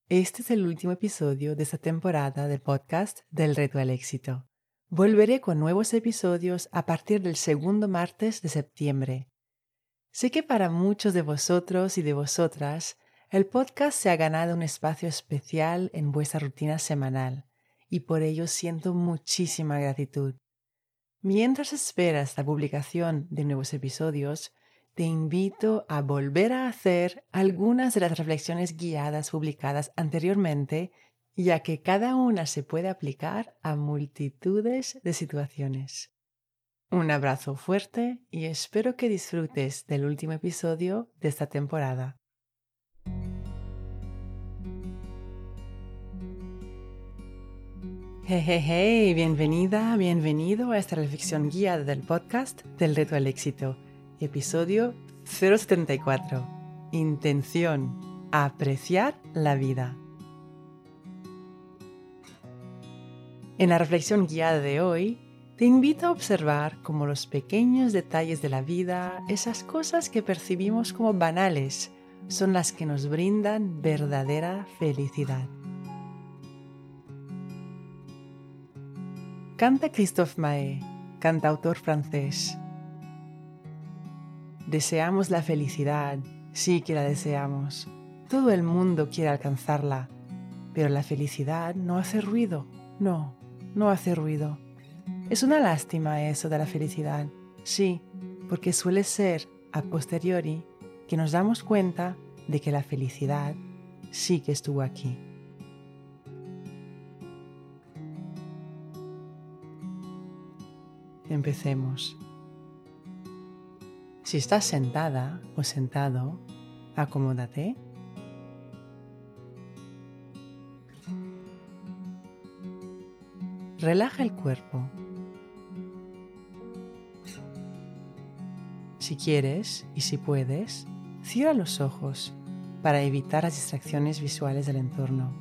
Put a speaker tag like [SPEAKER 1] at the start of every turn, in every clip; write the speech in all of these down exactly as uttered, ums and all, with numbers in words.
[SPEAKER 1] Este es el último episodio de esta temporada del podcast del Reto al Éxito. Volveré con nuevos episodios a partir del segundo martes de septiembre. Sé que para muchos de vosotros y de vosotras, el podcast se ha ganado un espacio especial en vuestra rutina semanal y por ello siento muchísima gratitud. Mientras esperas la publicación de nuevos episodios, te invito a volver a hacer algunas de las reflexiones guiadas publicadas anteriormente, ya que cada una se puede aplicar a multitudes de situaciones. Un abrazo fuerte y espero que disfrutes del último episodio de esta temporada. Hey, hey, hey, bienvenida, bienvenido a esta reflexión guiada del podcast del Reto al Éxito, episodio cero setenta y cuatro. Intención, apreciar la vida. En la reflexión guiada de hoy, te invito a observar cómo los pequeños detalles de la vida, esas cosas que percibimos como banales, son las que nos brindan verdadera felicidad. Canta Christophe Maé, cantautor francés. Deseamos la felicidad, sí que la deseamos. Todo el mundo quiere alcanzarla, pero la felicidad no hace ruido, no, no hace ruido. Es una lástima eso de la felicidad, sí, porque suele ser a posteriori que nos damos cuenta de que la felicidad sí que estuvo aquí. Empecemos. Si estás sentada o sentado, acomódate. Relaja el cuerpo. Si quieres y si puedes, cierra los ojos para evitar las distracciones visuales del entorno.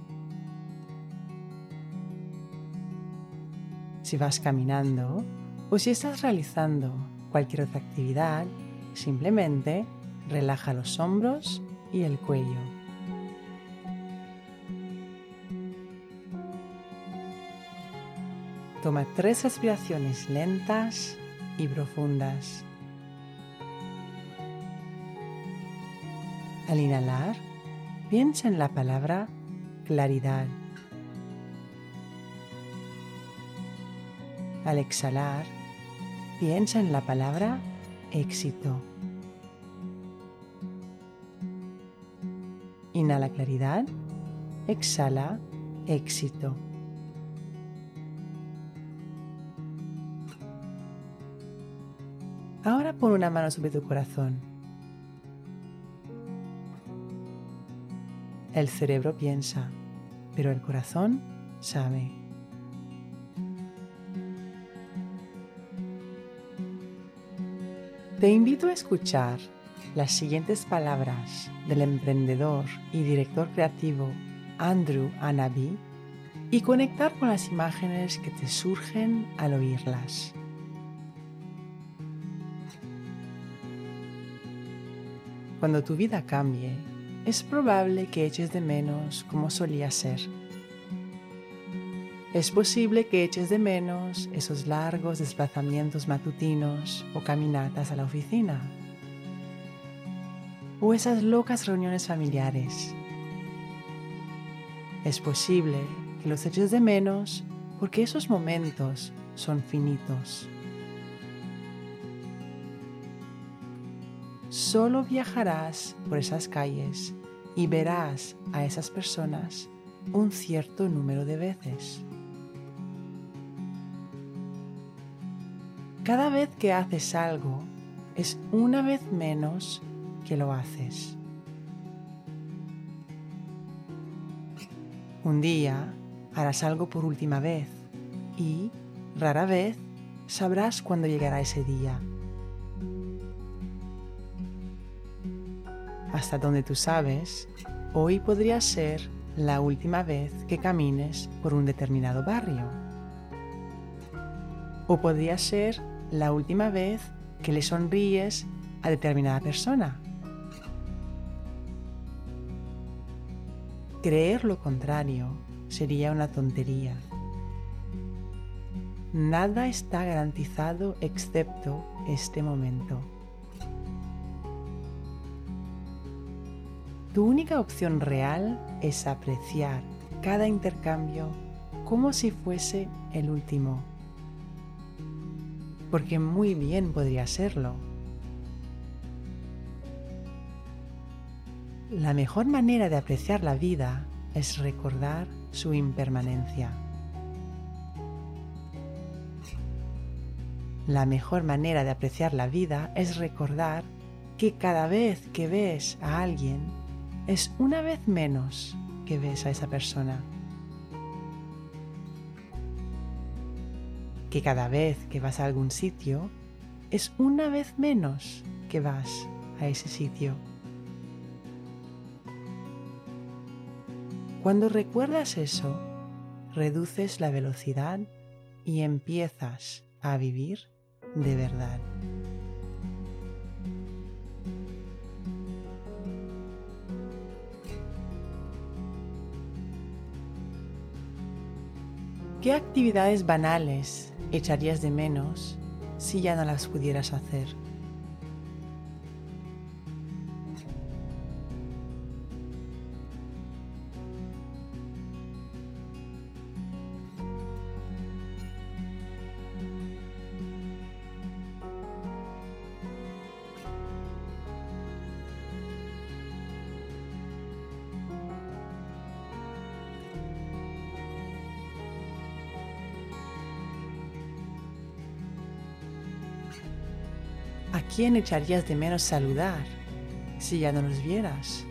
[SPEAKER 1] Si vas caminando o si estás realizando cualquier otra actividad, simplemente relaja los hombros y el cuello. Toma tres respiraciones lentas y profundas. Al inhalar, piensa en la palabra claridad. Al exhalar, piensa en la palabra éxito. Inhala claridad, exhala éxito. Ahora pon una mano sobre tu corazón. El cerebro piensa, pero el corazón sabe. Te invito a escuchar las siguientes palabras del emprendedor y director creativo Andrew Anaby y conectar con las imágenes que te surgen al oírlas. Cuando tu vida cambie, es probable que eches de menos como solía ser. Es posible que eches de menos esos largos desplazamientos matutinos o caminatas a la oficina. O esas locas reuniones familiares. Es posible que los eches de menos porque esos momentos son finitos. Solo viajarás por esas calles y verás a esas personas un cierto número de veces. Cada vez que haces algo, es una vez menos que lo haces. Un día harás algo por última vez y, rara vez, sabrás cuándo llegará ese día. Hasta donde tú sabes, hoy podría ser la última vez que camines por un determinado barrio. O podría ser la última vez que le sonríes a determinada persona. Creer lo contrario sería una tontería. Nada está garantizado excepto este momento. Tu única opción real es apreciar cada intercambio como si fuese el último, porque muy bien podría serlo. La mejor manera de apreciar la vida es recordar su impermanencia. La mejor manera de apreciar la vida es recordar que cada vez que ves a alguien es una vez menos que ves a esa persona. Que cada vez que vas a algún sitio es una vez menos que vas a ese sitio. Cuando recuerdas eso, reduces la velocidad y empiezas a vivir de verdad. ¿Qué actividades banales echarías de menos si ya no las pudieras hacer? ¿A quién echarías de menos saludar si ya no los vieras?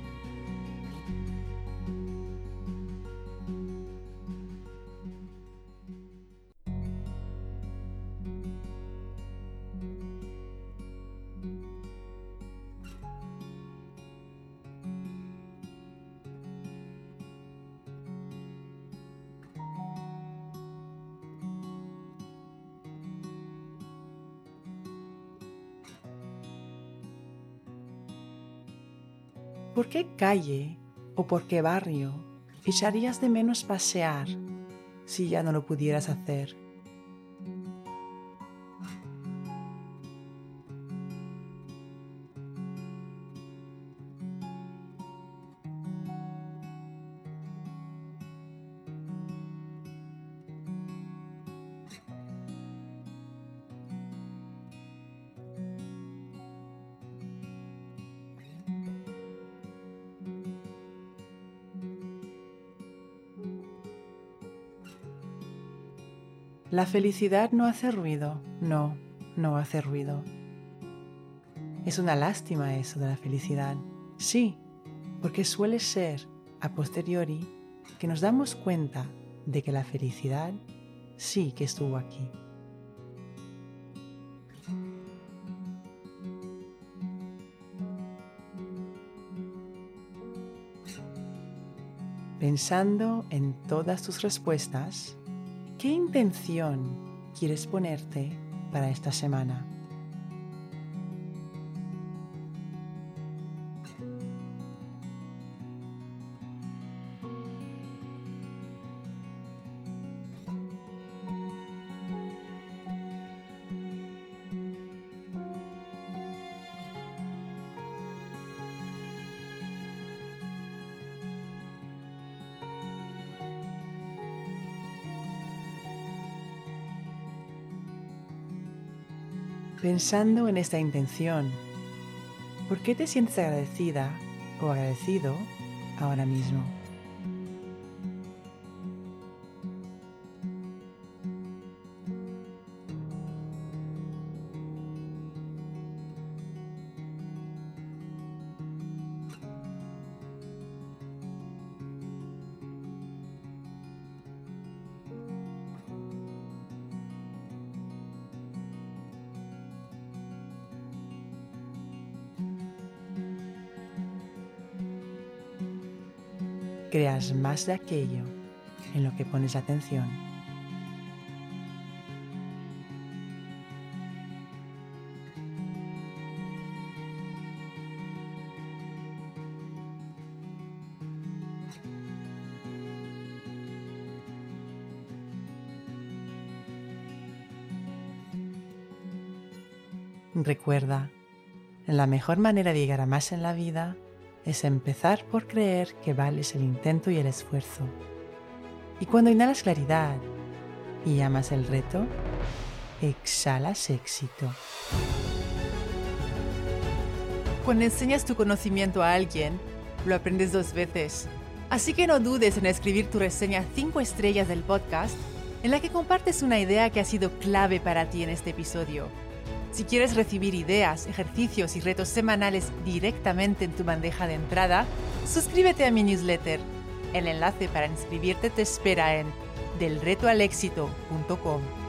[SPEAKER 1] ¿Por qué calle o por qué barrio echarías de menos pasear si ya no lo pudieras hacer? La felicidad no hace ruido, no, no hace ruido. Es una lástima eso de la felicidad, sí, porque suele ser a posteriori que nos damos cuenta de que la felicidad sí que estuvo aquí. Pensando en todas tus respuestas, ¿qué intención quieres ponerte para esta semana? Pensando en esta intención, ¿por qué te sientes agradecida o agradecido ahora mismo? Creas más de aquello en lo que pones atención. Recuerda, la mejor manera de llegar a más en la vida es empezar por creer que vales el intento y el esfuerzo. Y cuando inhalas claridad y amas el reto, exhalas éxito. Cuando enseñas tu conocimiento a alguien, lo aprendes dos veces. Así que no dudes en escribir tu reseña cinco estrellas del podcast, en la que compartes una idea que ha sido clave para ti en este episodio. Si quieres recibir ideas, ejercicios y retos semanales directamente en tu bandeja de entrada, suscríbete a mi newsletter. El enlace para inscribirte te espera en del reto al éxito punto com.